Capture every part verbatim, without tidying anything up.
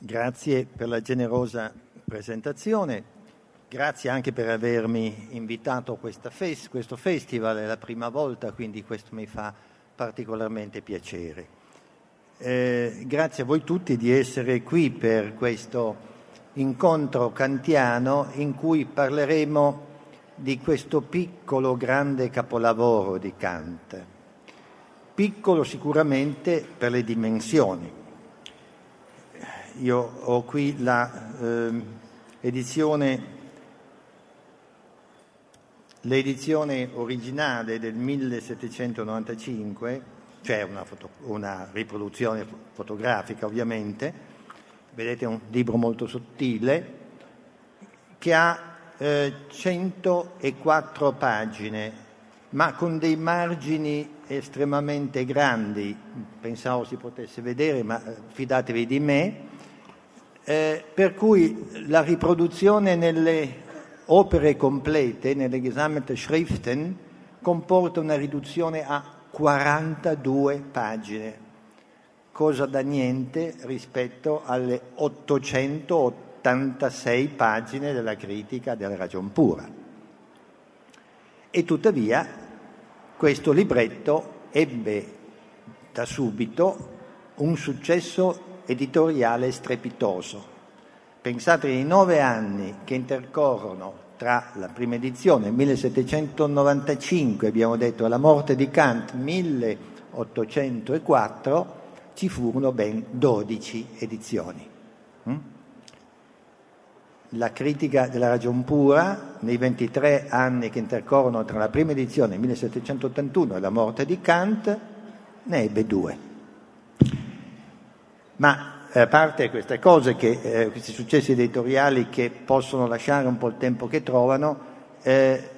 Grazie per la generosa presentazione, grazie anche per avermi invitato a questa fest- questo festival, è la prima volta, quindi questo mi fa particolarmente piacere. Eh, grazie a voi tutti di essere qui per questo incontro kantiano in cui parleremo di questo piccolo grande capolavoro di Kant. Piccolo sicuramente per le dimensioni. Io ho qui la eh, edizione, l'edizione originale del millesettecentonovantacinque, cioè una, foto, una riproduzione fotografica ovviamente. Vedete, è un libro molto sottile che ha eh, centoquattro pagine, ma con dei margini estremamente grandi. Pensavo si potesse vedere, ma fidatevi di me. Eh, per cui la riproduzione nelle opere complete, nelle gesammelte Schriften, comporta una riduzione a quarantadue pagine, cosa da niente rispetto alle ottocentottantasei pagine della critica della ragion pura. E tuttavia questo libretto ebbe da subito un successo editoriale strepitoso. Pensate ai nove anni che intercorrono tra la prima edizione, millesettecentonovantacinque, abbiamo detto, e la morte di Kant, milleottocentoquattro, ci furono ben dodici edizioni. La critica della ragion pura, nei ventitré anni che intercorrono tra la prima edizione, millesettecentottantuno, e la morte di Kant, ne ebbe due. Ma a parte queste cose, che, eh, questi successi editoriali che possono lasciare un po' il tempo che trovano, eh,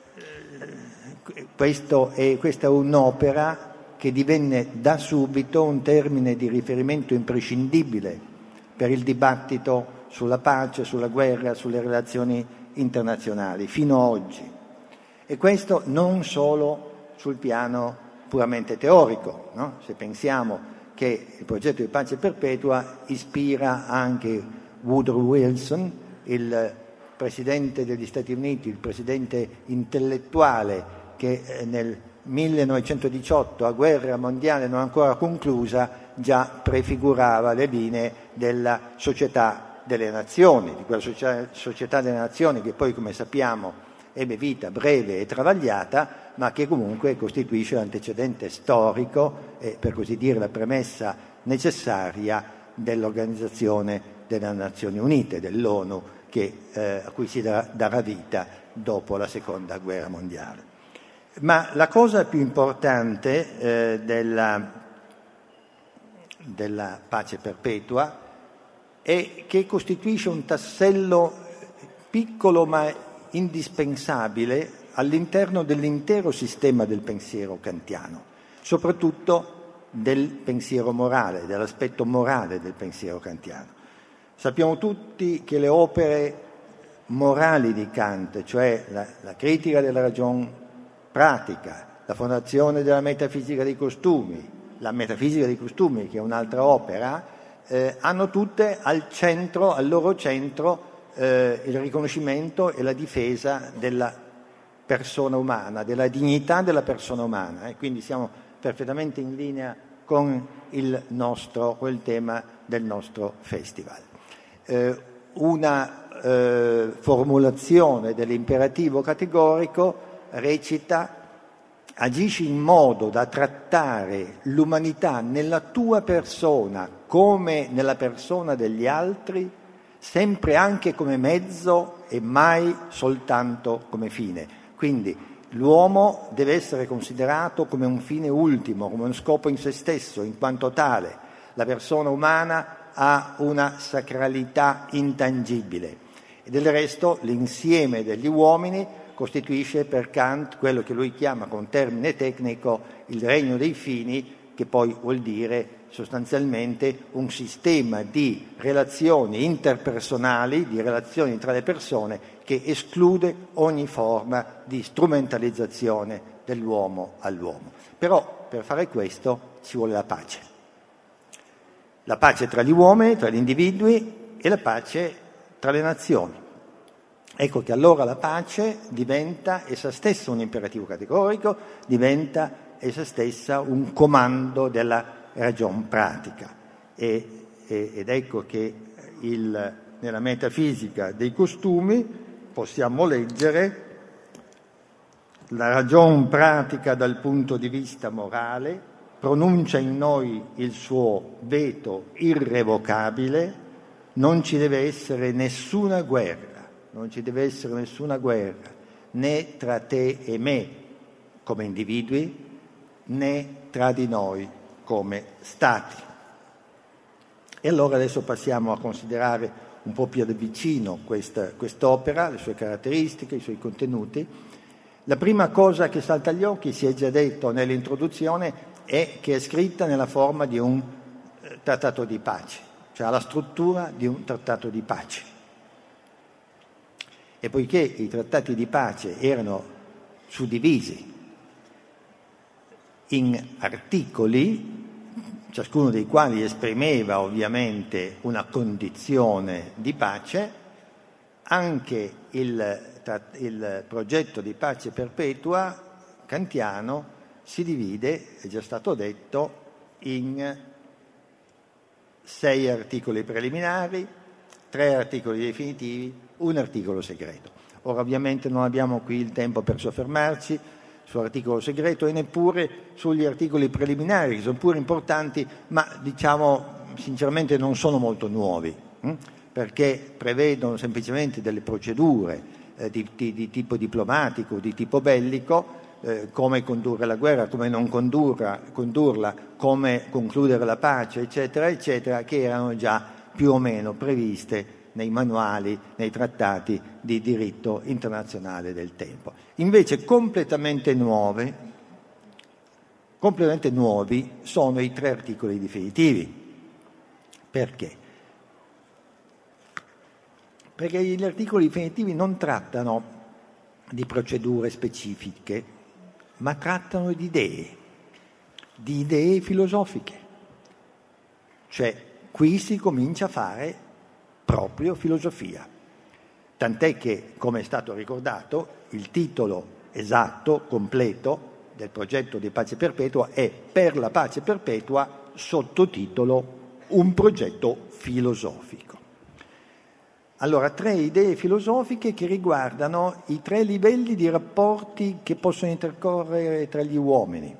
questo è, questa è un'opera che divenne da subito un termine di riferimento imprescindibile per il dibattito sulla pace, sulla guerra, sulle relazioni internazionali, fino a oggi. E questo non solo sul piano puramente teorico, no? Se pensiamo che il progetto di pace perpetua ispira anche Woodrow Wilson, il presidente degli Stati Uniti, il presidente intellettuale che nel millenovecentodiciotto, a guerra mondiale non ancora conclusa, già prefigurava le linee della società delle nazioni, di quella società, società delle nazioni che poi, come sappiamo, ebbe vita breve e travagliata, ma che comunque costituisce l'antecedente storico e, per così dire, la premessa necessaria dell'Organizzazione delle Nazioni Unite, dell'ONU, che, eh, a cui si darà, darà vita dopo la Seconda Guerra Mondiale. Ma la cosa più importante eh, della, della pace perpetua è che costituisce un tassello piccolo ma indispensabile all'interno dell'intero sistema del pensiero kantiano, soprattutto del pensiero morale, dell'aspetto morale del pensiero kantiano. Sappiamo tutti che le opere morali di Kant, cioè la, la critica della ragion pratica, la fondazione della metafisica dei costumi, la metafisica dei costumi, che è un'altra opera, eh, hanno tutte al centro, al loro centro, eh, il riconoscimento e la difesa della persona umana, della dignità della persona umana, e eh? quindi siamo perfettamente in linea con il nostro, con il tema del nostro festival. Eh, una eh, formulazione dell'imperativo categorico recita: agisci in modo da trattare l'umanità nella tua persona come nella persona degli altri, sempre anche come mezzo e mai soltanto come fine. Quindi l'uomo deve essere considerato come un fine ultimo, come uno scopo in se stesso, in quanto tale. La persona umana ha una sacralità intangibile e del resto l'insieme degli uomini costituisce per Kant quello che lui chiama con termine tecnico il regno dei fini, che poi vuol dire sostanzialmente un sistema di relazioni interpersonali, di relazioni tra le persone, che esclude ogni forma di strumentalizzazione dell'uomo all'uomo. Però per fare questo ci vuole la pace. la pace tra gli uomini, tra gli individui e la pace tra le nazioni. Ecco che allora la pace diventa essa stessa un imperativo categorico, diventa essa stessa un comando della ragion pratica. E, e, ed ecco che il, nella metafisica dei costumi possiamo leggere la ragion pratica dal punto di vista morale pronuncia in noi il suo veto irrevocabile, non ci deve essere nessuna guerra, non ci deve essere nessuna guerra, né tra te e me come individui, né tra di noi come stati. E allora adesso passiamo a considerare un po' più da vicino questa, quest'opera, le sue caratteristiche, i suoi contenuti. La prima cosa che salta agli occhi, si è già detto nell'introduzione, è che è scritta nella forma di un eh, trattato di pace, cioè ha la struttura di un trattato di pace. E poiché i trattati di pace erano suddivisi in articoli, ciascuno dei quali esprimeva ovviamente una condizione di pace, anche il, il progetto di pace perpetua kantiano si divide, è già stato detto, in sei articoli preliminari, tre articoli definitivi, un articolo segreto. Ora ovviamente non abbiamo qui il tempo per soffermarci sull'articolo segreto e neppure sugli articoli preliminari, che sono pure importanti, ma diciamo sinceramente non sono molto nuovi, hm? perché prevedono semplicemente delle procedure eh, di, di, di tipo diplomatico, di tipo bellico, eh, come condurre la guerra, come non condurla, condurla, come concludere la pace, eccetera, eccetera, che erano già più o meno previste nei manuali, nei trattati di diritto internazionale del tempo. Invece completamente nuove, completamente nuovi sono i tre articoli definitivi. Perché? Perché gli articoli definitivi non trattano di procedure specifiche, ma trattano di idee, di idee filosofiche. Cioè, qui si comincia a fare proprio filosofia. Tant'è che, come è stato ricordato, il titolo esatto, completo, del progetto di pace perpetua è Per la pace perpetua, sottotitolo Un progetto filosofico. Allora, tre idee filosofiche che riguardano i tre livelli di rapporti che possono intercorrere tra gli uomini,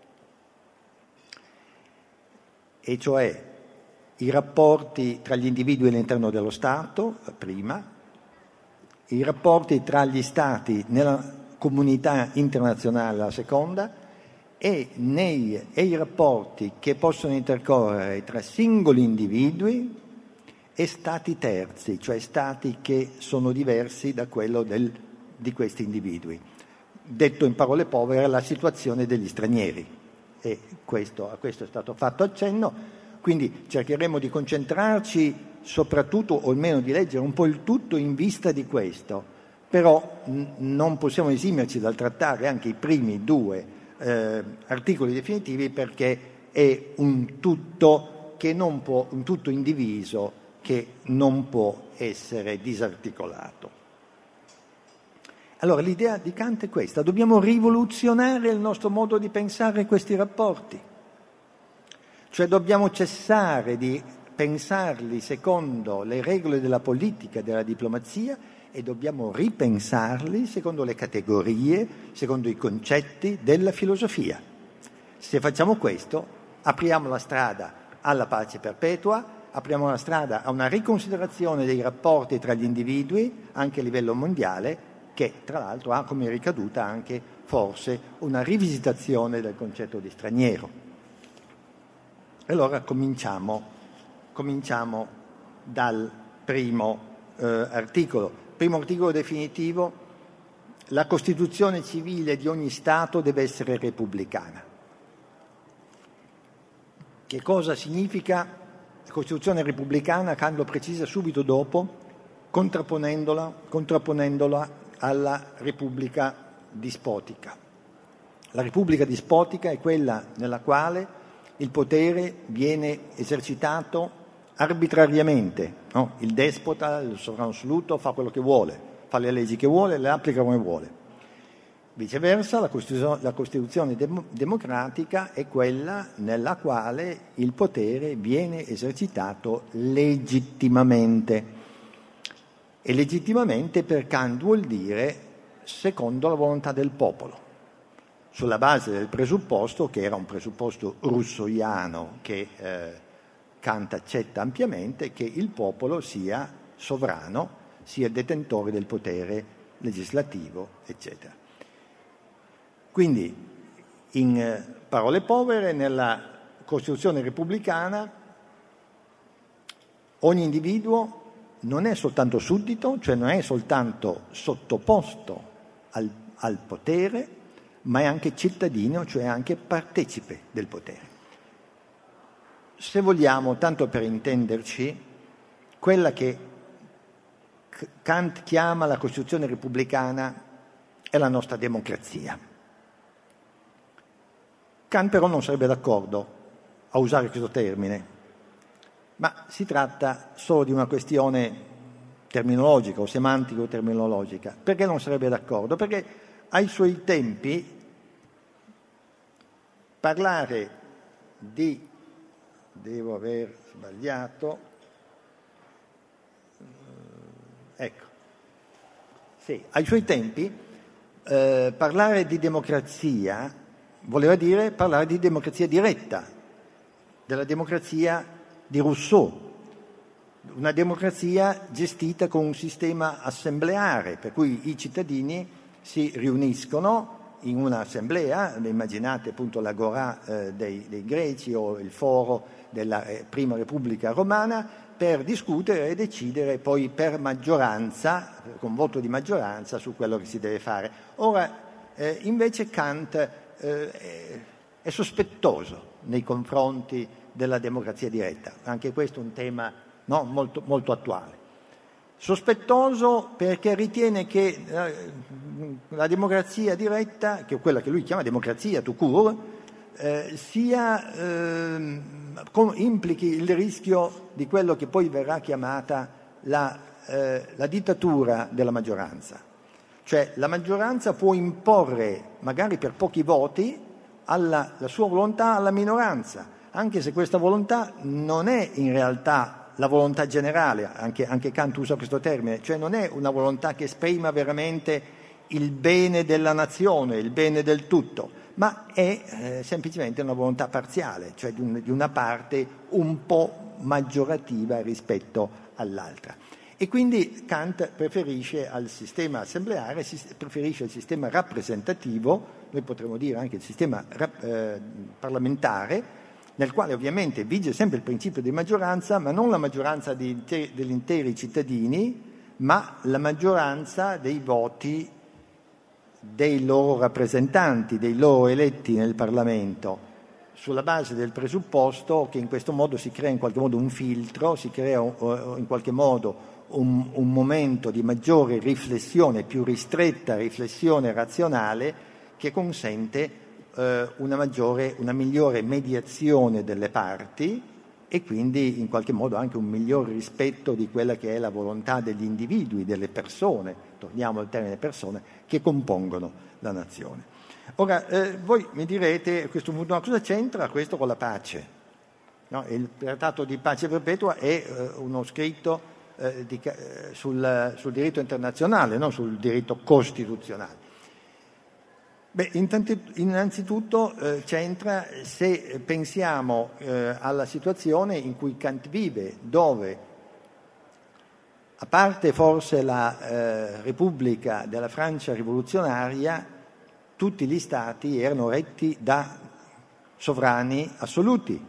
e cioè i rapporti tra gli individui all'interno dello Stato, la prima, i rapporti tra gli Stati nella comunità internazionale, la seconda, e, nei, e i rapporti che possono intercorrere tra singoli individui e stati terzi, cioè stati che sono diversi da quello del, di questi individui. Detto in parole povere, la situazione degli stranieri. E questo, a questo è stato fatto accenno, quindi cercheremo di concentrarci soprattutto, o almeno di leggere un po' il tutto in vista di questo, però n- non possiamo esimerci dal trattare anche i primi due eh, articoli definitivi, perché è un tutto che non può, un tutto indiviso che non può essere disarticolato. Allora l'idea di Kant è questa: dobbiamo rivoluzionare il nostro modo di pensare questi rapporti, cioè dobbiamo cessare di pensarli secondo le regole della politica e della diplomazia e dobbiamo ripensarli secondo le categorie, secondo i concetti della filosofia. Se facciamo questo, apriamo la strada alla pace perpetua, apriamo la strada a una riconsiderazione dei rapporti tra gli individui, anche a livello mondiale, che tra l'altro ha come ricaduta anche forse una rivisitazione del concetto di straniero. Allora cominciamo, cominciamo dal primo eh, articolo. Primo articolo definitivo: la Costituzione civile di ogni Stato deve essere repubblicana. Che cosa significa Costituzione repubblicana? Kant lo precisa subito dopo, contrapponendola, contrapponendola alla Repubblica dispotica. La Repubblica dispotica è quella nella quale il potere viene esercitato arbitrariamente, no? Il despota, il sovrano assoluto, fa quello che vuole, fa le leggi che vuole, le applica come vuole. Viceversa, la Costituzione, la Costituzione dem- democratica è quella nella quale il potere viene esercitato legittimamente. E legittimamente per Kant vuol dire secondo la volontà del popolo, sulla base del presupposto, che era un presupposto russoiano che eh, Kant accetta ampiamente, che il popolo sia sovrano, sia detentore del potere legislativo, eccetera. Quindi, in parole povere, nella Costituzione repubblicana ogni individuo non è soltanto suddito, cioè non è soltanto sottoposto al, al potere, ma è anche cittadino, cioè anche partecipe del potere. Se vogliamo, tanto per intenderci, quella che Kant chiama la Costituzione repubblicana è la nostra democrazia. Kant però non sarebbe d'accordo a usare questo termine, ma si tratta solo di una questione terminologica o semantico-terminologica. Perché non sarebbe d'accordo? Perché ai suoi tempi parlare di... devo aver sbagliato... ecco. Sì, ai suoi tempi eh, parlare di democrazia voleva dire parlare di democrazia diretta, della democrazia di Rousseau, una democrazia gestita con un sistema assembleare, per cui i cittadini si riuniscono in un'assemblea, immaginate appunto l'agorà eh, dei, dei greci o il foro della eh, prima Repubblica Romana, per discutere e decidere poi per maggioranza, con voto di maggioranza, su quello che si deve fare. Ora, eh, invece Kant eh, è sospettoso nei confronti della democrazia diretta, anche questo è un tema no, molto, molto attuale. Sospettoso perché ritiene che eh, la democrazia diretta, che è quella che lui chiama democrazia tout court, eh, sia, eh, con, implichi il rischio di quello che poi verrà chiamata la, eh, la dittatura della maggioranza. Cioè la maggioranza può imporre, magari per pochi voti, alla, la sua volontà alla minoranza, anche se questa volontà non è in realtà la volontà generale, anche, anche Kant usa questo termine, cioè non è una volontà che esprima veramente il bene della nazione, il bene del tutto, ma è eh, semplicemente una volontà parziale, cioè di, un, di una parte un po' maggiorativa rispetto all'altra. E quindi Kant preferisce al sistema assembleare, preferisce il sistema rappresentativo, noi potremmo dire anche il sistema eh, parlamentare, nel quale ovviamente vige sempre il principio di maggioranza, ma non la maggioranza di inter- degli interi cittadini, ma la maggioranza dei voti dei loro rappresentanti, dei loro eletti nel Parlamento, sulla base del presupposto che in questo modo si crea in qualche modo un filtro, si crea in qualche modo un, un momento di maggiore riflessione, più ristretta riflessione razionale, che consente eh, una maggiore, una migliore mediazione delle parti e quindi in qualche modo anche un miglior rispetto di quella che è la volontà degli individui, delle persone, torniamo al termine persone, che compongono la nazione. Ora, eh, voi mi direte a questo punto, ma cosa c'entra questo con la pace? No, il Trattato di Pace Perpetua è eh, uno scritto eh, di, eh, sul, sul diritto internazionale, non sul diritto costituzionale. Beh, innanzitutto eh, c'entra se pensiamo eh, alla situazione in cui Kant vive, dove, a parte forse la eh, Repubblica della Francia rivoluzionaria, tutti gli stati erano retti da sovrani assoluti,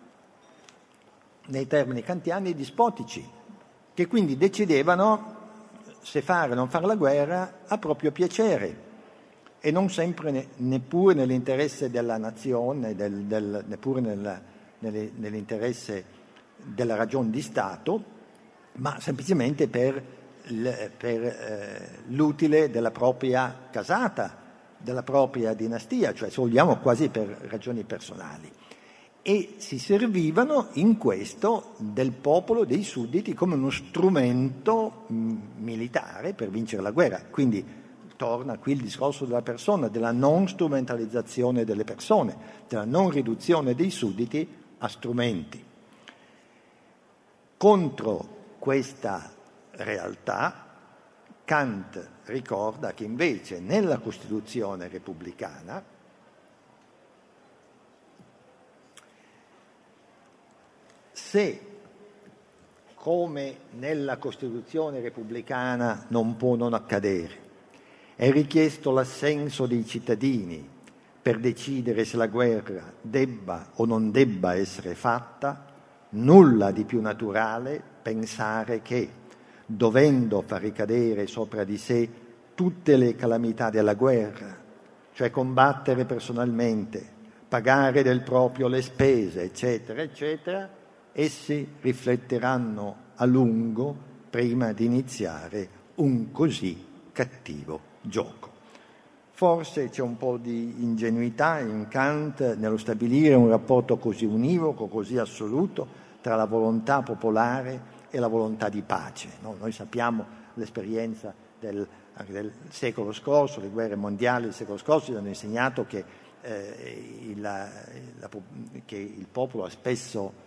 nei termini kantiani dispotici, che quindi decidevano se fare o non fare la guerra a proprio piacere e non sempre ne, neppure nell'interesse della nazione, del, del, neppure nel, nelle, nell'interesse della ragion di Stato, ma semplicemente per, per eh, l'utile della propria casata, della propria dinastia, cioè se vogliamo quasi per ragioni personali. e si servivano in questo del popolo, dei sudditi, come uno strumento mh, militare per vincere la guerra. Quindi torna qui il discorso della persona, della non strumentalizzazione delle persone, della non riduzione dei sudditi a strumenti. Contro questa realtà Kant ricorda che invece nella Costituzione repubblicana se, come nella Costituzione repubblicana non può non accadere, è richiesto l'assenso dei cittadini per decidere se la guerra debba o non debba essere fatta, nulla di più naturale pensare che, dovendo far ricadere sopra di sé tutte le calamità della guerra, cioè combattere personalmente, pagare del proprio le spese, eccetera, eccetera, essi rifletteranno a lungo prima di iniziare un così cattivo gioco. Forse c'è un po' di ingenuità in Kant nello stabilire un rapporto così univoco, così assoluto tra la volontà popolare e la volontà di pace. No? Noi sappiamo l'esperienza del, anche del secolo scorso, le guerre mondiali del secolo scorso ci hanno insegnato che, eh, il, la, che il popolo ha spesso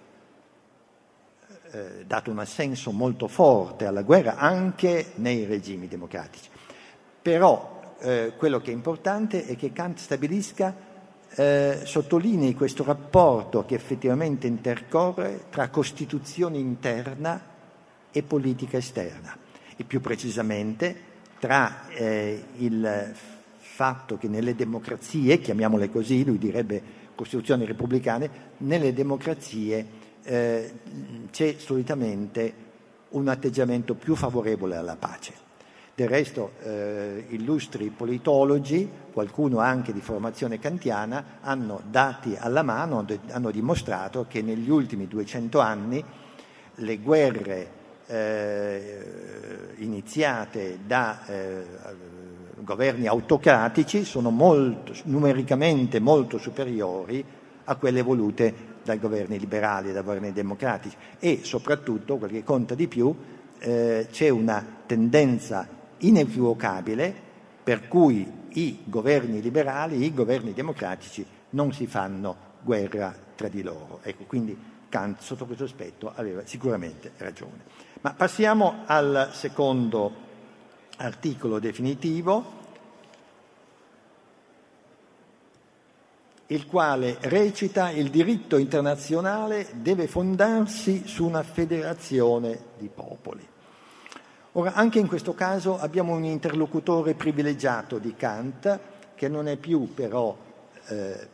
eh, dato un assenso molto forte alla guerra anche nei regimi democratici. Però eh, quello che è importante è che Kant stabilisca, eh, sottolinei questo rapporto che effettivamente intercorre tra costituzione interna e politica esterna, e più precisamente tra eh, il fatto che nelle democrazie, chiamiamole così, lui direbbe costituzioni repubblicane, nelle democrazie eh, c'è solitamente un atteggiamento più favorevole alla pace. Del resto eh, illustri politologi, qualcuno anche di formazione kantiana, hanno dati alla mano, hanno dimostrato che negli ultimi duecento anni le guerre eh, iniziate da eh, governi autocratici sono molto, numericamente molto superiori a quelle volute dai governi liberali e dai governi democratici, e soprattutto, quel che conta di più, eh, c'è una tendenza inequivocabile per cui i governi liberali, i governi democratici non si fanno guerra tra di loro. Ecco, quindi Kant sotto questo aspetto aveva sicuramente ragione. Ma passiamo al secondo articolo definitivo, il quale recita: il diritto internazionale deve fondarsi su una federazione di popoli. Ora, anche in questo caso abbiamo un interlocutore privilegiato di Kant, che non è più però eh,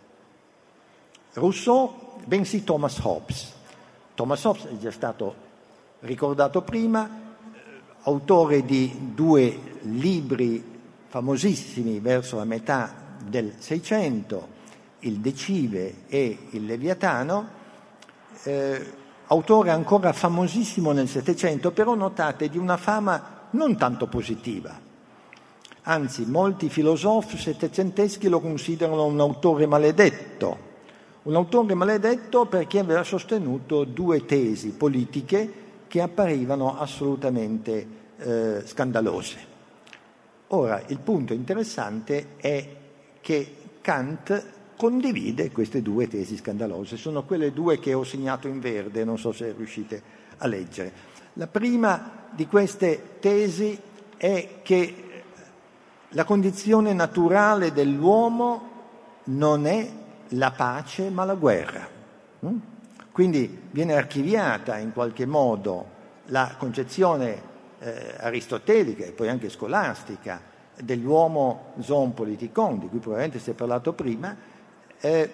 Rousseau, bensì Thomas Hobbes. Thomas Hobbes è già stato ricordato prima, eh, autore di due libri famosissimi verso la metà del Seicento, il De Cive e il Leviatano, eh, autore ancora famosissimo nel Settecento, però notate di una fama non tanto positiva. Anzi, molti filosofi settecenteschi lo considerano un autore maledetto, un autore maledetto perché aveva sostenuto due tesi politiche che apparivano assolutamente eh, scandalose. Ora, il punto interessante è che Kant condivide queste due tesi scandalose. Sono quelle due che ho segnato in verde, non so se riuscite a leggere. La prima di queste tesi è che la condizione naturale dell'uomo non è la pace ma la guerra. Quindi viene archiviata in qualche modo la concezione eh, aristotelica e poi anche scolastica dell'uomo zoon politikon, di cui probabilmente si è parlato prima, Eh,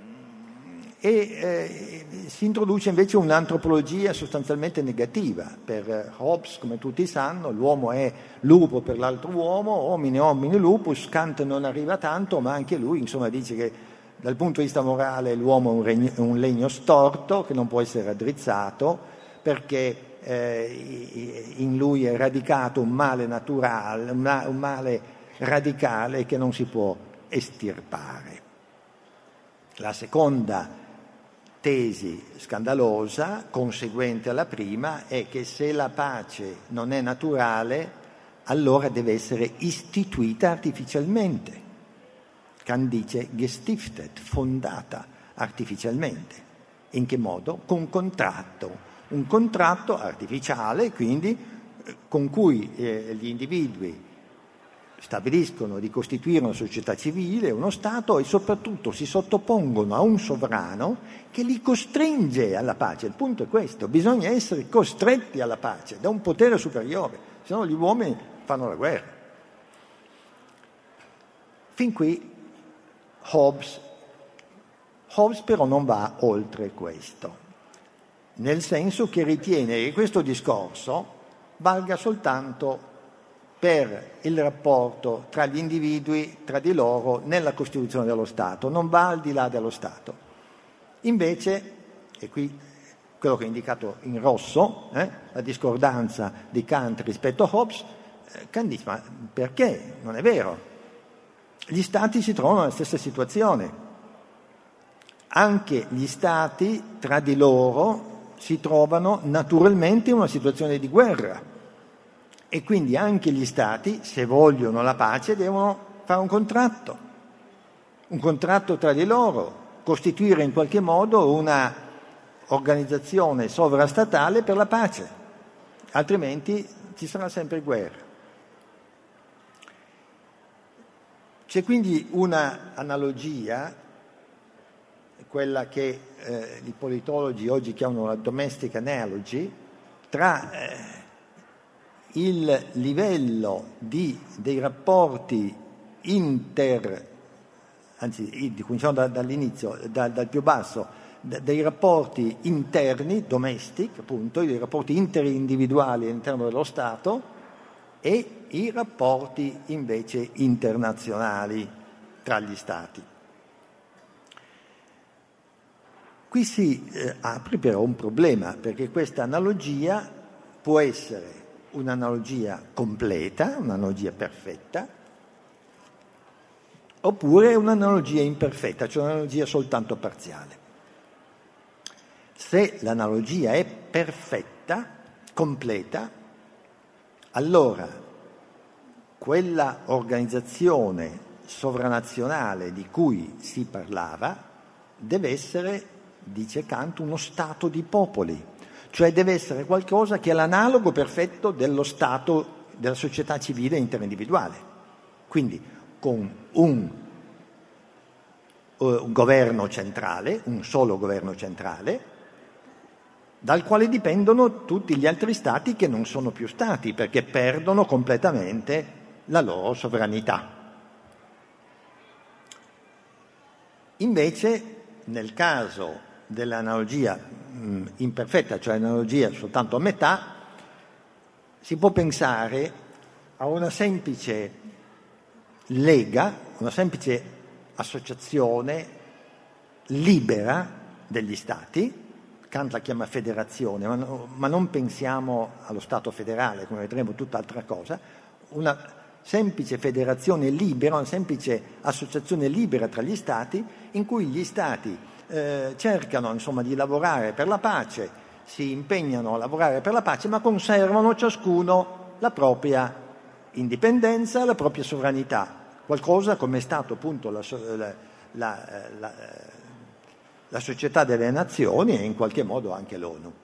e eh, si introduce invece un'antropologia sostanzialmente negativa. Per Hobbes, come tutti sanno, l'uomo è lupo per l'altro uomo, homine homine lupus. Kant non arriva tanto, ma anche lui insomma dice che dal punto di vista morale l'uomo è un, regno, un legno storto che non può essere raddrizzato, perché eh, in lui è radicato un male naturale, una, un male radicale che non si può estirpare. La seconda tesi scandalosa, conseguente alla prima, è che se la pace non è naturale, allora deve essere istituita artificialmente. Kant dice gestiftet, fondata artificialmente. In che modo? Con contratto. Un contratto artificiale, quindi, con cui eh, gli individui stabiliscono di costituire una società civile, uno Stato, e soprattutto si sottopongono a un sovrano che li costringe alla pace. Il punto è questo: bisogna essere costretti alla pace da un potere superiore, se no gli uomini fanno la guerra. Fin qui Hobbes. Hobbes però non va oltre questo, nel senso che ritiene che questo discorso valga soltanto per il rapporto tra gli individui, tra di loro, nella costituzione dello Stato, non va al di là dello Stato. Invece, e qui quello che ho indicato in rosso, eh, la discordanza di Kant rispetto a Hobbes, eh, Kant dice: ma perché? Non è vero. Gli Stati si trovano nella stessa situazione. Anche gli Stati, tra di loro, si trovano naturalmente in una situazione di guerra. E quindi anche gli Stati, se vogliono la pace, devono fare un contratto, un contratto tra di loro, costituire in qualche modo una organizzazione sovrastatale per la pace, altrimenti ci sarà sempre guerra. C'è quindi una analogia, quella che eh, i politologi oggi chiamano la domestic analogy, tra eh, il livello di, dei rapporti inter, anzi cominciamo da, dall'inizio, da, dal più basso, da, dei rapporti interni, domestic, appunto, dei rapporti interindividuali all'interno dello Stato, e i rapporti invece internazionali tra gli Stati. Qui si eh, apre però un problema, perché questa analogia può essere un'analogia completa, un'analogia perfetta, oppure un'analogia imperfetta, cioè un'analogia soltanto parziale. Se l'analogia è perfetta, completa, allora quella organizzazione sovranazionale di cui si parlava deve essere, dice Kant, uno Stato di popoli. Cioè deve essere qualcosa che è l'analogo perfetto dello Stato, della società civile interindividuale. Quindi con un, uh, un governo centrale, un solo governo centrale, dal quale dipendono tutti gli altri Stati che non sono più Stati, perché perdono completamente la loro sovranità. Invece, nel caso dell'analogia mh, imperfetta, cioè l'analogia soltanto a metà, si può pensare a una semplice lega, una semplice associazione libera degli Stati. Kant la chiama federazione, ma, no, ma non pensiamo allo Stato federale, come vedremo, tutt'altra cosa. Una semplice federazione libera, una semplice associazione libera tra gli Stati, in cui gli Stati eh, cercano insomma di lavorare per la pace, si impegnano a lavorare per la pace, ma conservano ciascuno la propria indipendenza, la propria sovranità, qualcosa come è stato appunto la, la, la, la, la Società delle Nazioni e in qualche modo anche l'ONU.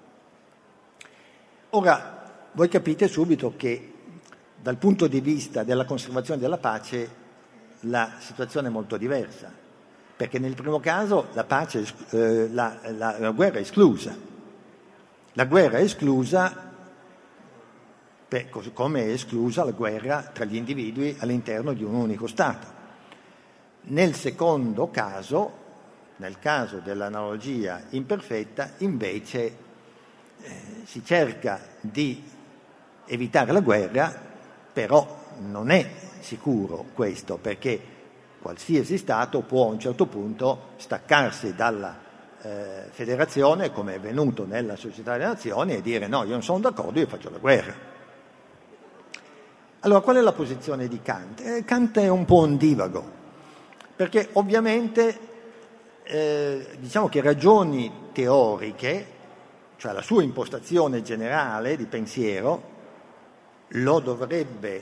Ora, voi capite subito che dal punto di vista della conservazione della pace la situazione è molto diversa, perché nel primo caso la, pace, eh, la, la, la guerra è esclusa. La guerra è esclusa, beh, così come è esclusa la guerra tra gli individui all'interno di un unico Stato. Nel secondo caso, nel caso dell'analogia imperfetta, invece eh, si cerca di evitare la guerra, però non è sicuro questo, perché qualsiasi Stato può a un certo punto staccarsi dalla eh, federazione, come è avvenuto nella Società delle Nazioni, e dire no, io non sono d'accordo, io faccio la guerra. Allora, qual è la posizione di Kant? Eh, Kant è un po' ondivago, perché ovviamente eh, diciamo che ragioni teoriche, cioè la sua impostazione generale di pensiero, lo dovrebbe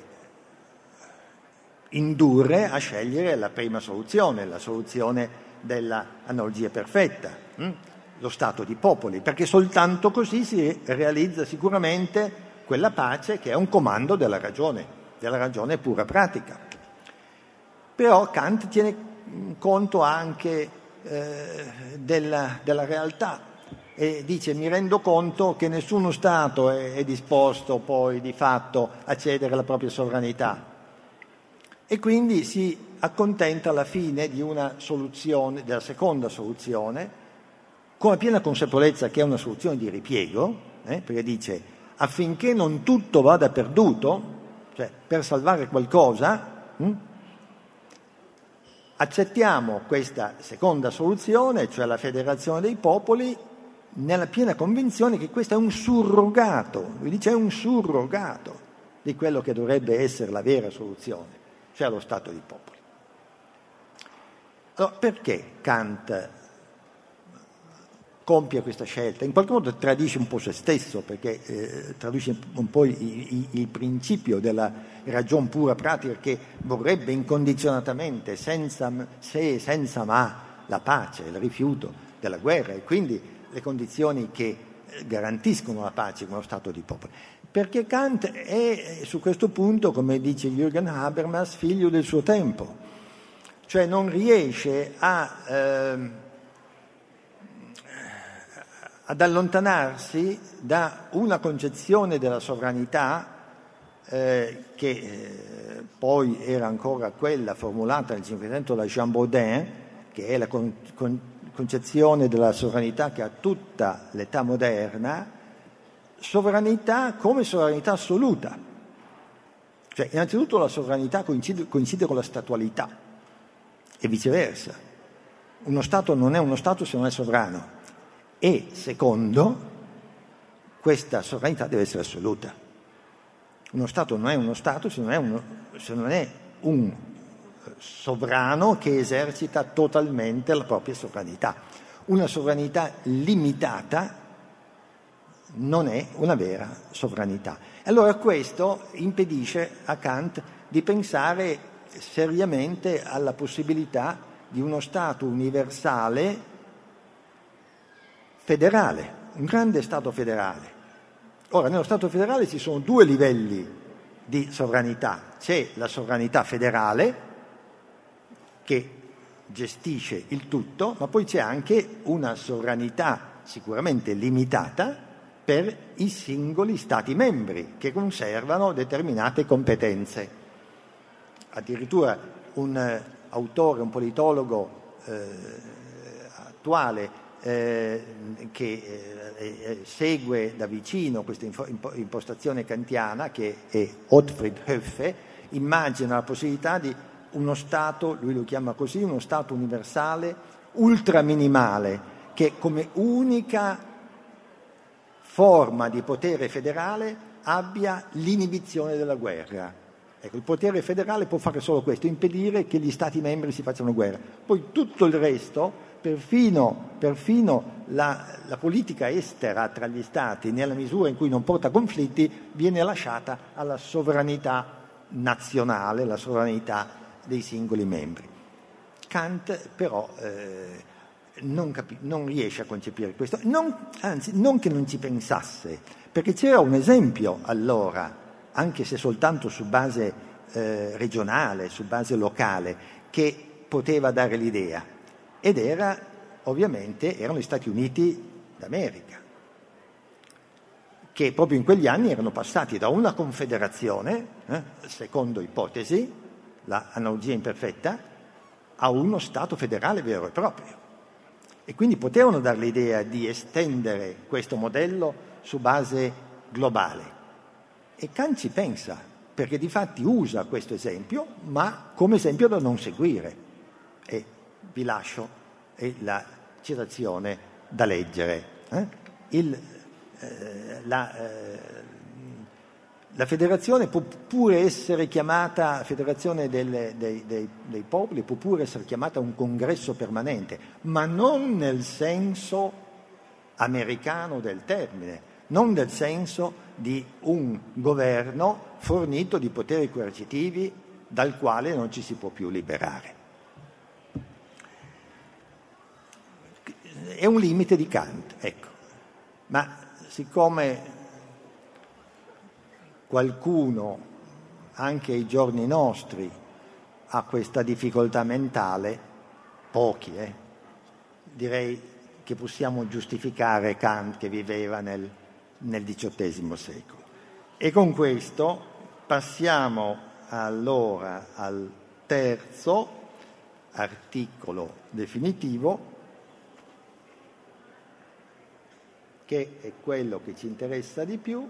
indurre a scegliere la prima soluzione, la soluzione dell'analogia perfetta, hm? lo stato di popoli, perché soltanto così si realizza sicuramente quella pace che è un comando della ragione, della ragione pura pratica. Però Kant tiene conto anche eh, della, della realtà e dice: mi rendo conto che nessuno Stato è, è disposto poi di fatto a cedere la propria sovranità, e quindi si accontenta alla fine di una soluzione, della seconda soluzione, con la piena consapevolezza che è una soluzione di ripiego, eh, perché dice: affinché non tutto vada perduto, cioè per salvare qualcosa, hm, accettiamo questa seconda soluzione, cioè la federazione dei popoli, nella piena convinzione che questo è un surrogato, lui dice è un surrogato di quello che dovrebbe essere la vera soluzione, cioè lo Stato dei popoli. Allora, perché Kant compie questa scelta? In qualche modo tradisce un po' se stesso, perché eh, traduce un po' il, il, il principio della ragion pura pratica, che vorrebbe incondizionatamente, senza se e senza ma, la pace, il rifiuto della guerra e quindi le condizioni che garantiscono la pace con lo Stato di popoli. Perché Kant è su questo punto, come dice Jürgen Habermas, figlio del suo tempo, cioè non riesce a eh, ad allontanarsi da una concezione della sovranità eh, che eh, poi era ancora quella formulata nel Cinquecento da Jean Bodin, che è la con, con, concezione della sovranità che ha tutta l'età moderna, sovranità come sovranità assoluta. Cioè, innanzitutto la sovranità coincide, coincide con la statualità e viceversa. Uno Stato non è uno Stato se non è sovrano. E secondo, questa sovranità deve essere assoluta. Uno Stato non è uno Stato se non è, uno, se non è un sovrano che esercita totalmente la propria sovranità. Una sovranità limitata non è una vera sovranità. Allora questo impedisce a Kant di pensare seriamente alla possibilità di uno Stato universale federale, un grande Stato federale. Ora, nello Stato federale ci sono due livelli di sovranità. C'è la sovranità federale, che gestisce il tutto, ma poi c'è anche una sovranità sicuramente limitata per i singoli Stati membri, che conservano determinate competenze. Addirittura un eh, autore, un politologo eh, attuale, Eh, che eh, segue da vicino questa info, impostazione kantiana, che è Ottfried Höffe, immagina la possibilità di uno Stato, lui lo chiama così, uno Stato universale ultraminimale, che come unica forma di potere federale abbia l'inibizione della guerra. Ecco, il potere federale può fare solo questo, impedire che gli Stati membri si facciano guerra. Poi tutto il resto, perfino, perfino la, la politica estera tra gli Stati, nella misura in cui non porta conflitti, viene lasciata alla sovranità nazionale, la sovranità dei singoli membri. Kant però eh, non, capi- non riesce a concepire questo, non, anzi non che non ci pensasse, perché c'era un esempio allora, anche se soltanto su base eh, regionale, su base locale, che poteva dare l'idea. Ed era, ovviamente, erano gli Stati Uniti d'America, che proprio in quegli anni erano passati da una confederazione, eh, secondo ipotesi, la analogia imperfetta, a uno Stato federale vero e proprio. E quindi potevano dare l'idea di estendere questo modello su base globale. E Kant ci pensa, perché di fatti usa questo esempio, ma come esempio da non seguire. E vi lascio eh, la citazione da leggere. Eh? Il, eh, la, eh, la federazione può pure essere chiamata, la federazione delle, dei, dei, dei popoli può pure essere chiamata un congresso permanente, ma non nel senso americano del termine, non nel senso di un governo fornito di poteri coercitivi dal quale non ci si può più liberare. È un limite di Kant, ecco. Ma siccome qualcuno, anche ai giorni nostri, ha questa difficoltà mentale, pochi, eh, direi che possiamo giustificare Kant che viveva nel, nel diciottesimo secolo. E con questo passiamo allora al terzo articolo definitivo, che è quello che ci interessa di più.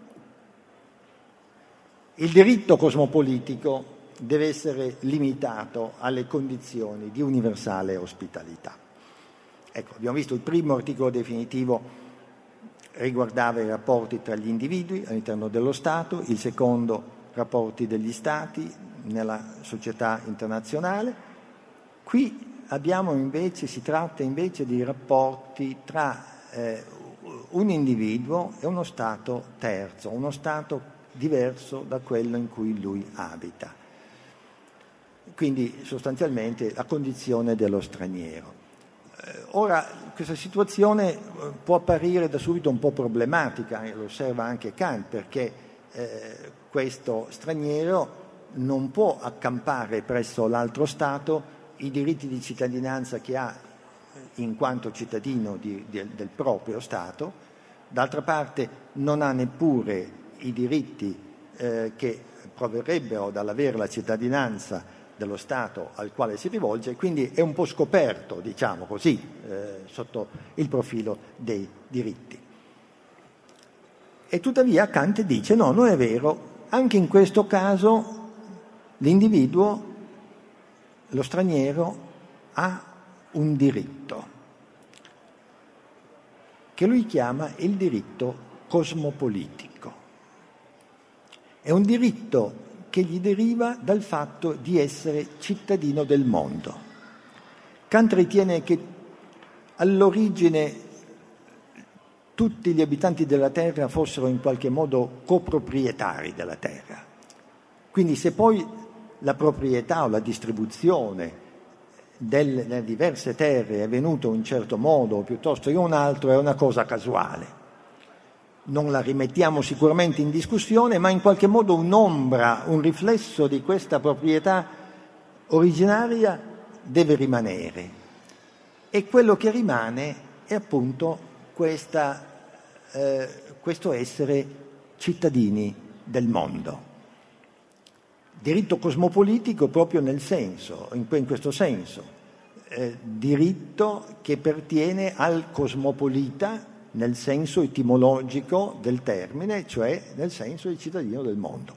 Il diritto cosmopolitico deve essere limitato alle condizioni di universale ospitalità. Ecco, abbiamo visto il primo articolo definitivo riguardava i rapporti tra gli individui all'interno dello Stato, il secondo rapporti degli Stati nella società internazionale. Qui abbiamo invece, si tratta invece di rapporti tra eh, un individuo e uno Stato terzo, uno Stato diverso da quello in cui lui abita. Quindi sostanzialmente la condizione dello straniero. Eh, ora, questa situazione può apparire da subito un po' problematica, e lo osserva anche Kant, perché eh, questo straniero non può accampare presso l'altro Stato i diritti di cittadinanza che ha in quanto cittadino di, di, del proprio Stato, d'altra parte non ha neppure i diritti eh, che proverrebbero dall'avere la cittadinanza dello Stato al quale si rivolge, quindi è un po' scoperto, diciamo così, eh, sotto il profilo dei diritti. E tuttavia Kant dice no, non è vero, anche in questo caso l'individuo, lo straniero, ha un diritto che lui chiama il diritto cosmopolitico. È un diritto che gli deriva dal fatto di essere cittadino del mondo. Kant ritiene che all'origine tutti gli abitanti della Terra fossero in qualche modo coproprietari della Terra. Quindi se poi la proprietà o la distribuzione delle diverse terre è avvenuta in un certo modo piuttosto che in un altro è una cosa casuale. Non la rimettiamo sicuramente in discussione, ma in qualche modo un'ombra, un riflesso di questa proprietà originaria deve rimanere. E quello che rimane è appunto questa, eh, questo essere cittadini del mondo. Diritto cosmopolitico proprio nel senso, in, in questo senso, eh, diritto che pertiene al cosmopolita nel senso etimologico del termine, cioè nel senso di cittadino del mondo.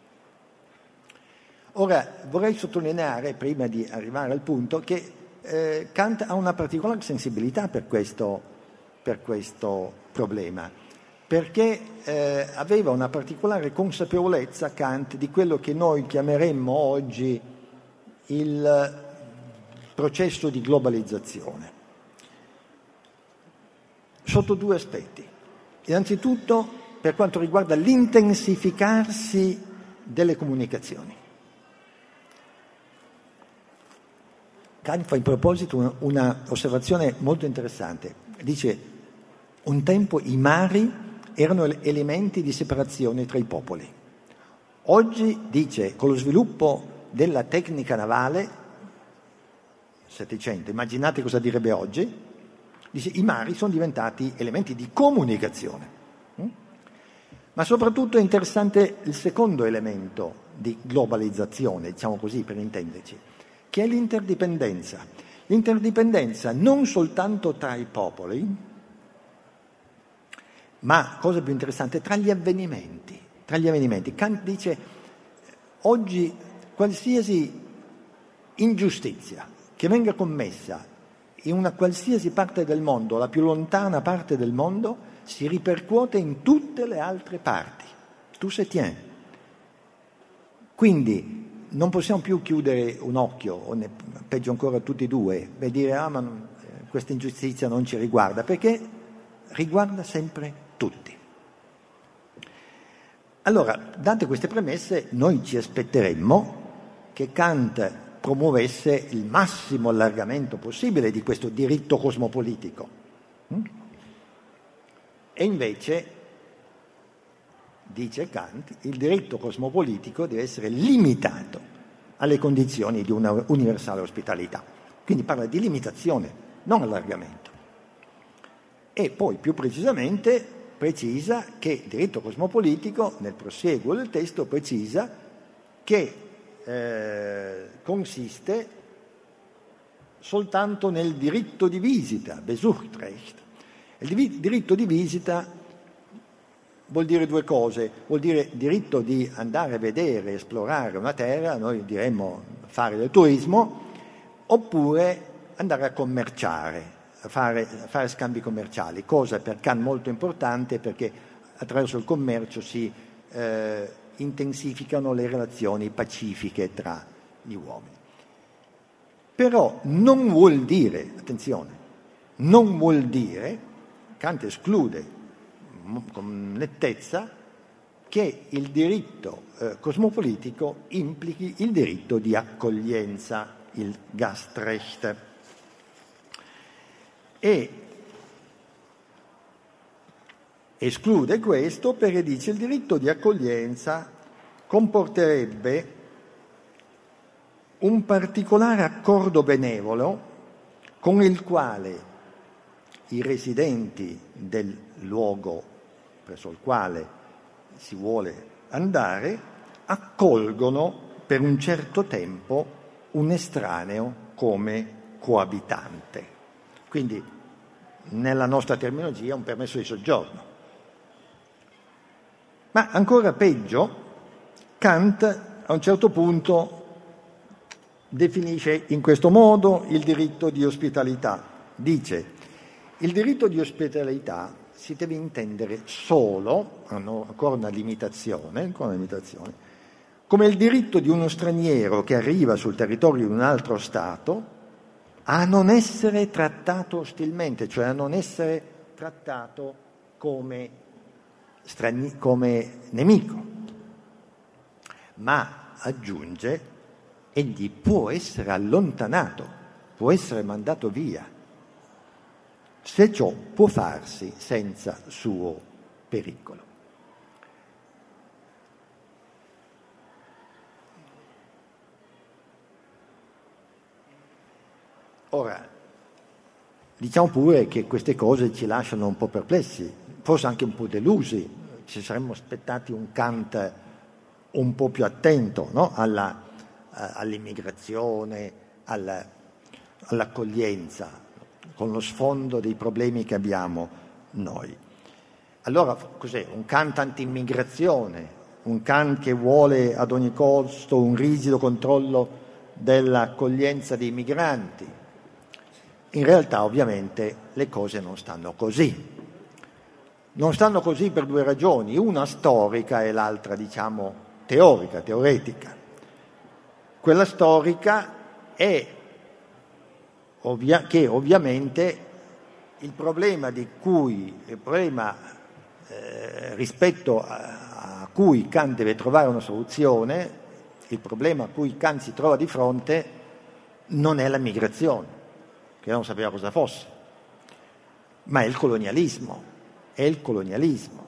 Ora vorrei sottolineare, prima di arrivare al punto, che eh, Kant ha una particolare sensibilità per questo, per questo problema, perché eh, aveva una particolare consapevolezza, Kant, di quello che noi chiameremmo oggi il processo di globalizzazione, sotto due aspetti. Innanzitutto per quanto riguarda l'intensificarsi delle comunicazioni. Kant fa in proposito una, una osservazione molto interessante. Dice: un tempo i mari erano elementi di separazione tra i popoli. Oggi, dice, con lo sviluppo della tecnica navale, Settecento, immaginate cosa direbbe oggi, dice, i mari sono diventati elementi di comunicazione. Ma soprattutto è interessante il secondo elemento di globalizzazione, diciamo così per intenderci, che è l'interdipendenza. L'interdipendenza non soltanto tra i popoli, ma, cosa più interessante, tra gli avvenimenti. Tra gli avvenimenti. Kant dice, oggi qualsiasi ingiustizia che venga commessa in una qualsiasi parte del mondo, la più lontana parte del mondo, si ripercuote in tutte le altre parti. Tout se tient. Quindi non possiamo più chiudere un occhio, o ne, peggio ancora tutti e due, e dire ah ma non, questa ingiustizia non ci riguarda, perché riguarda sempre tutti. Allora, date queste premesse, noi ci aspetteremmo che Kant promuovesse il massimo allargamento possibile di questo diritto cosmopolitico. E invece, dice Kant, il diritto cosmopolitico deve essere limitato alle condizioni di una universale ospitalità. Quindi parla di limitazione, non allargamento. E poi, più precisamente, precisa che il diritto cosmopolitico, nel prosieguo del testo, precisa che eh, consiste soltanto nel diritto di visita, Besuchsrecht. Il div- diritto di visita vuol dire due cose, vuol dire diritto di andare a vedere, esplorare una terra, noi diremmo fare del turismo, oppure andare a commerciare, a fare, a fare scambi commerciali, cosa per Kant molto importante perché attraverso il commercio si eh, intensificano le relazioni pacifiche tra gli uomini. Però non vuol dire, attenzione, non vuol dire, Kant esclude con nettezza, che il diritto eh, cosmopolitico implichi il diritto di accoglienza, il Gastrecht. E esclude questo perché dice il diritto di accoglienza comporterebbe un particolare accordo benevolo con il quale i residenti del luogo presso il quale si vuole andare accolgono per un certo tempo un estraneo come coabitante. Quindi, nella nostra terminologia, un permesso di soggiorno. Ma ancora peggio, Kant a un certo punto definisce in questo modo il diritto di ospitalità. Dice, il diritto di ospitalità si deve intendere solo, hanno ancora una limitazione, ancora una limitazione, come il diritto di uno straniero che arriva sul territorio di un altro Stato a non essere trattato ostilmente, cioè a non essere trattato come, strani- come nemico. Ma, aggiunge, egli può essere allontanato, può essere mandato via, se ciò può farsi senza suo pericolo. Ora, diciamo pure che queste cose ci lasciano un po' perplessi, forse anche un po' delusi. Ci saremmo aspettati un Kant un po' più attento, no? Alla, uh, all'immigrazione, alla, all'accoglienza, con lo sfondo dei problemi che abbiamo noi. Allora, cos'è? Un Kant anti-immigrazione, un Kant che vuole ad ogni costo un rigido controllo dell'accoglienza dei migranti. In realtà, ovviamente, le cose non stanno così. Non stanno così per due ragioni, una storica e l'altra, diciamo, teorica, teoretica. Quella storica è ovvia- che ovviamente il problema di cui, il problema eh, rispetto a, a cui Kant deve trovare una soluzione, il problema a cui Kant si trova di fronte non è la migrazione, che non sapeva cosa fosse, ma è il colonialismo, è il colonialismo.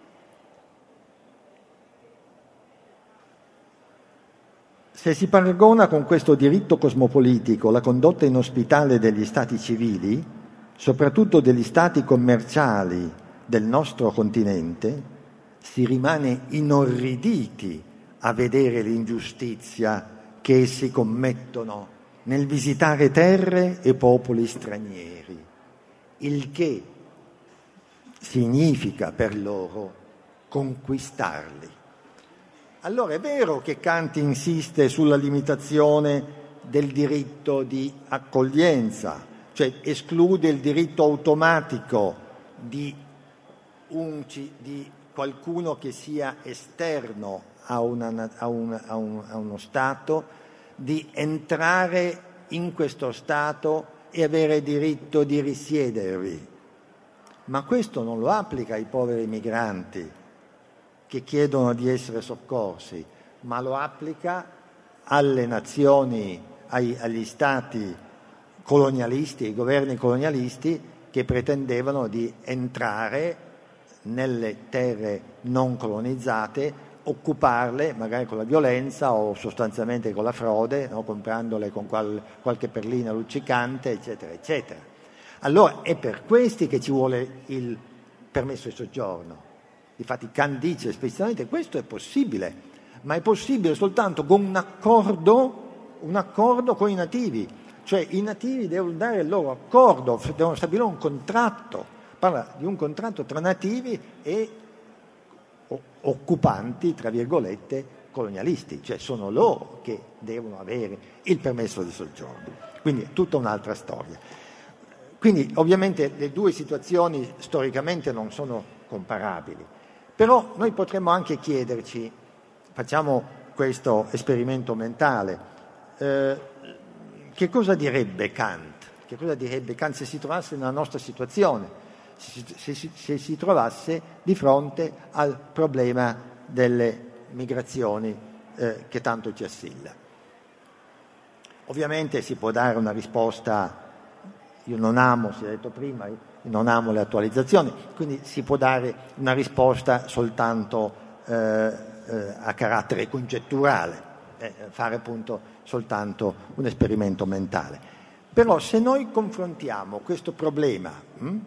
Se si paragona con questo diritto cosmopolitico la condotta inospitale degli stati civili, soprattutto degli stati commerciali del nostro continente, si rimane inorriditi a vedere l'ingiustizia che essi commettono nel visitare terre e popoli stranieri, il che significa per loro conquistarli. Allora è vero che Kant insiste sulla limitazione del diritto di accoglienza, cioè esclude il diritto automatico di, un, di qualcuno che sia esterno a, una, a, un, a, un, a uno Stato di entrare in questo Stato e avere diritto di risiedervi. Ma questo non lo applica ai poveri migranti che chiedono di essere soccorsi, ma lo applica alle nazioni, ai, agli stati colonialisti, ai governi colonialisti che pretendevano di entrare nelle terre non colonizzate, occuparle magari con la violenza o sostanzialmente con la frode, no? Comprandole con qual, qualche perlina luccicante, eccetera, eccetera. Allora è per questi che ci vuole il permesso di soggiorno. Infatti Kant dice esplicitamente che questo è possibile, ma è possibile soltanto con un accordo, un accordo con i nativi. Cioè i nativi devono dare il loro accordo, devono stabilire un contratto, parla di un contratto tra nativi e occupanti, tra virgolette, colonialisti, cioè sono loro che devono avere il permesso di soggiorno. Quindi è tutta un'altra storia. Quindi ovviamente le due situazioni storicamente non sono comparabili, però noi potremmo anche chiederci, facciamo questo esperimento mentale, eh, che cosa direbbe Kant? Che cosa direbbe Kant se si trovasse nella nostra situazione? Se, se, se, se si trovasse di fronte al problema delle migrazioni eh, che tanto ci assilla. Ovviamente si può dare una risposta, io non amo, si è detto prima, non amo le attualizzazioni, quindi si può dare una risposta soltanto eh, eh, a carattere congetturale, eh, fare appunto soltanto un esperimento mentale. Però se noi confrontiamo questo problema hm,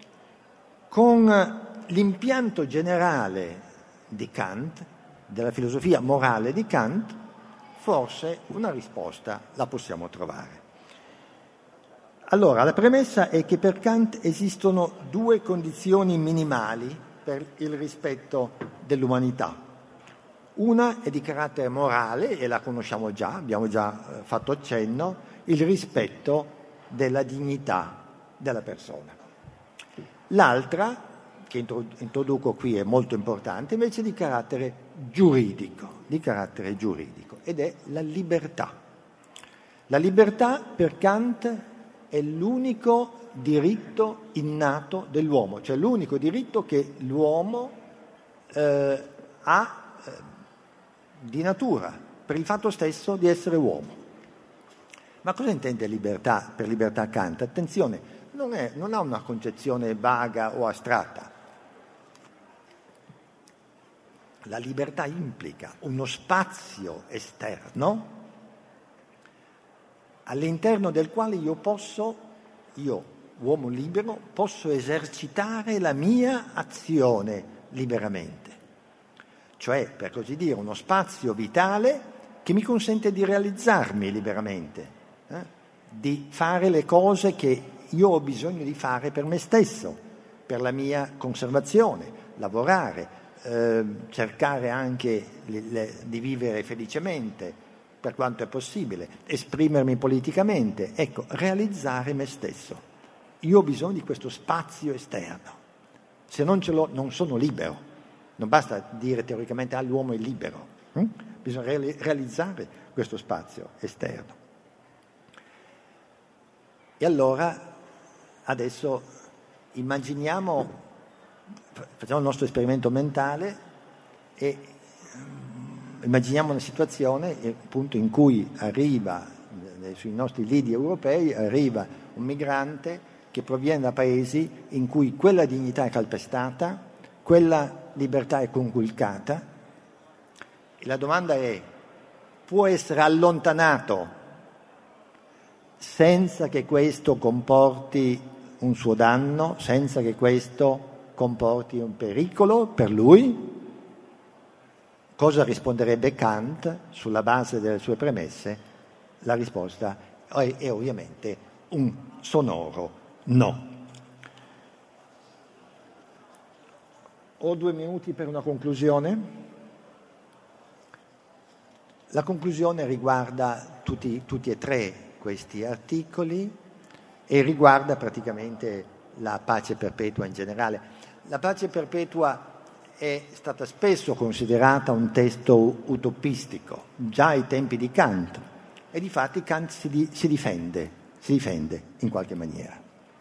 con l'impianto generale di Kant, della filosofia morale di Kant, forse una risposta la possiamo trovare. Allora, la premessa è che per Kant esistono due condizioni minimali per il rispetto dell'umanità. Una è di carattere morale, e la conosciamo già, abbiamo già fatto accenno, il rispetto della dignità della persona. L'altra, che introduco qui, è molto importante, invece di carattere giuridico, di carattere giuridico, ed è la libertà. La libertà per Kant è l'unico diritto innato dell'uomo, cioè l'unico diritto che l'uomo eh, ha eh, di natura, per il fatto stesso di essere uomo. Ma cosa intende libertà per libertà Kant? Attenzione, non, è, non ha una concezione vaga o astratta. La libertà implica uno spazio esterno all'interno del quale io posso, io, uomo libero, posso esercitare la mia azione liberamente. Cioè, per così dire, uno spazio vitale che mi consente di realizzarmi liberamente, eh? di fare le cose che io ho bisogno di fare per me stesso, per la mia conservazione, lavorare, eh, cercare anche le, le, di vivere felicemente, per quanto è possibile, esprimermi politicamente, ecco, realizzare me stesso. Io ho bisogno di questo spazio esterno. Se non ce l'ho, non sono libero. Non basta dire teoricamente ah, l'uomo è libero. Hm? Bisogna reali- realizzare questo spazio esterno. E allora, adesso immaginiamo, facciamo il nostro esperimento mentale e immaginiamo una situazione appunto in cui arriva, sui nostri lidi europei, arriva un migrante che proviene da paesi in cui quella dignità è calpestata, quella libertà è conculcata, e la domanda è: può essere allontanato senza che questo comporti un suo danno, senza che questo comporti un pericolo per lui? Cosa risponderebbe Kant sulla base delle sue premesse? La risposta è, è ovviamente un sonoro no. Ho due minuti per una conclusione. La conclusione riguarda tutti, tutti e tre questi articoli e riguarda praticamente la pace perpetua in generale. La pace perpetua è stata spesso considerata un testo utopistico, già ai tempi di Kant, e difatti Kant si, di, si difende, si difende in qualche maniera.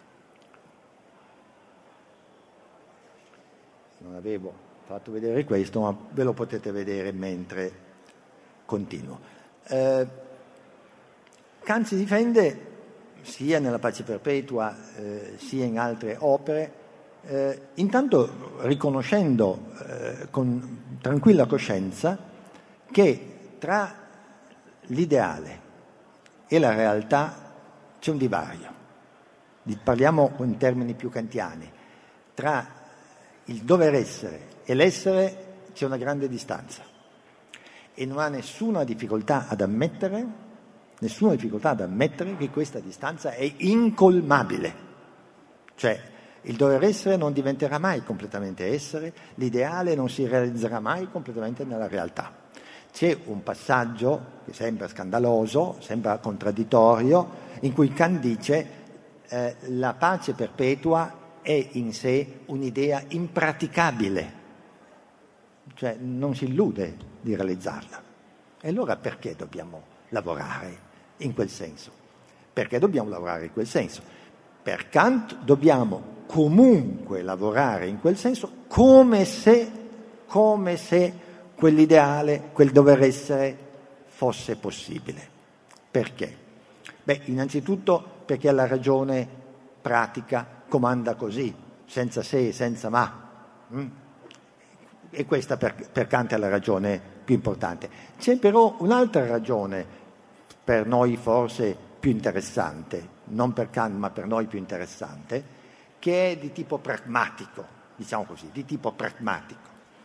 Non avevo fatto vedere questo, ma ve lo potete vedere mentre continuo. Eh, Kant si difende sia nella Pace Perpetua eh, sia in altre opere, eh, intanto riconoscendo eh, con tranquilla coscienza che tra l'ideale e la realtà c'è un divario. Parliamo in termini più kantiani. Tra il dover essere e l'essere c'è una grande distanza e non ha nessuna difficoltà ad ammettere, nessuna difficoltà ad ammettere che questa distanza è incolmabile. Cioè, il dover essere non diventerà mai completamente essere, l'ideale non si realizzerà mai completamente nella realtà. C'è un passaggio che sembra scandaloso, sembra contraddittorio, in cui Kant dice eh, la pace perpetua è in sé un'idea impraticabile, cioè non si illude di realizzarla. E allora perché dobbiamo lavorare in quel senso? Perché dobbiamo lavorare in quel senso? Per Kant dobbiamo comunque lavorare in quel senso come se, come se quell'ideale, quel dover essere fosse possibile. Perché? Beh, innanzitutto perché la ragione pratica comanda così, senza se e senza ma. Mm? E questa per, per Kant è la ragione più importante. C'è però un'altra ragione, per noi forse più interessante, non per Kant ma per noi più interessante, che è di tipo pragmatico, diciamo così, di tipo pragmatico.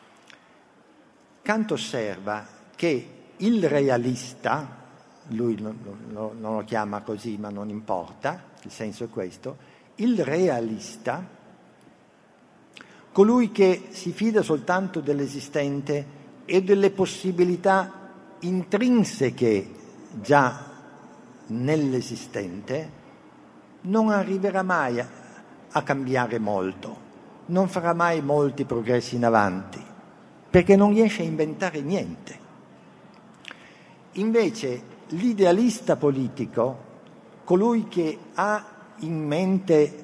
Kant osserva che il realista, lui non, non, non lo chiama così ma non importa, il senso è questo, il realista, colui che si fida soltanto dell'esistente e delle possibilità intrinseche già nell'esistente, non arriverà mai a, a cambiare molto, non farà mai molti progressi in avanti, perché non riesce a inventare niente. Invece l'idealista politico, colui che ha in mente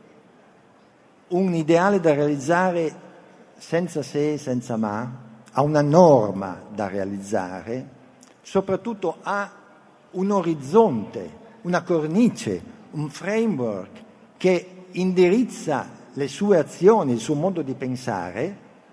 un ideale da realizzare senza se e senza ma, ha una norma da realizzare, soprattutto ha un orizzonte, una cornice, un framework che indirizza le sue azioni, il suo modo di pensare,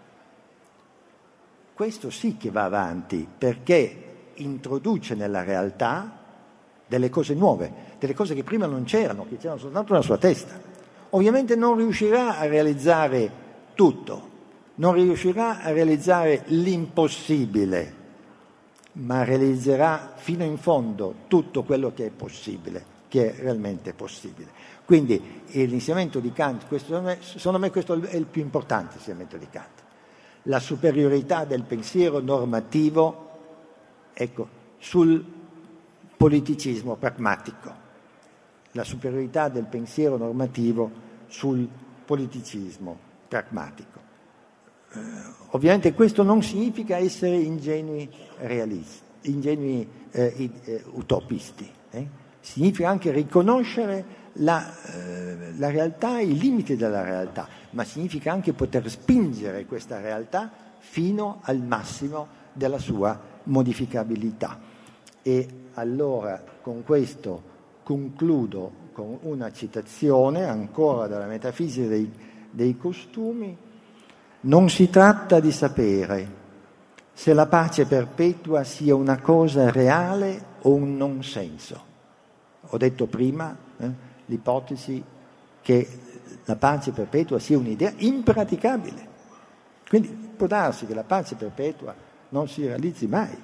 questo sì che va avanti, perché introduce nella realtà delle cose nuove, delle cose che prima non c'erano, che c'erano soltanto nella sua testa. Ovviamente non riuscirà a realizzare tutto, non riuscirà a realizzare l'impossibile, ma realizzerà fino in fondo tutto quello che è possibile, che è realmente possibile. Quindi l'insegnamento di Kant, questo, secondo me questo è il più importante insegnamento di Kant, la superiorità del pensiero normativo, ecco, sul politicismo pragmatico, la superiorità del pensiero normativo sul politicismo pragmatico. Eh, ovviamente questo non significa essere ingenui realisti, ingenui eh, eh, utopisti, eh? Significa anche riconoscere la, eh, la realtà, i limiti della realtà, ma significa anche poter spingere questa realtà fino al massimo della sua modificabilità. E allora con questo concludo con una citazione ancora dalla Metafisica dei, dei costumi. Non si tratta di sapere se la pace perpetua sia una cosa reale o un non senso. Ho detto prima eh, l'ipotesi che la pace perpetua sia un'idea impraticabile. Quindi può darsi che la pace perpetua non si realizzi mai.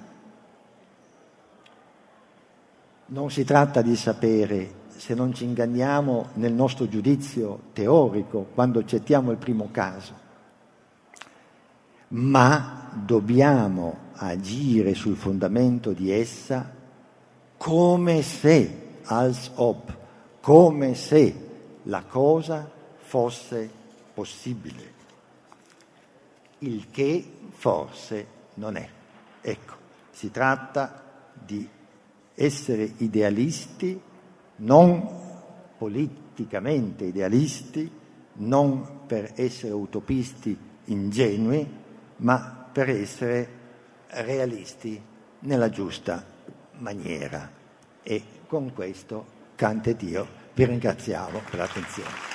Non si tratta di sapere, se non ci inganniamo nel nostro giudizio teorico quando accettiamo il primo caso, ma dobbiamo agire sul fondamento di essa come se, als ob, come se la cosa fosse possibile. il che forse non è. Ecco, si tratta di essere idealisti, non politicamente idealisti, non per essere utopisti ingenui, ma per essere realisti nella giusta maniera. E con questo, cante Dio, vi ringraziamo per l'attenzione.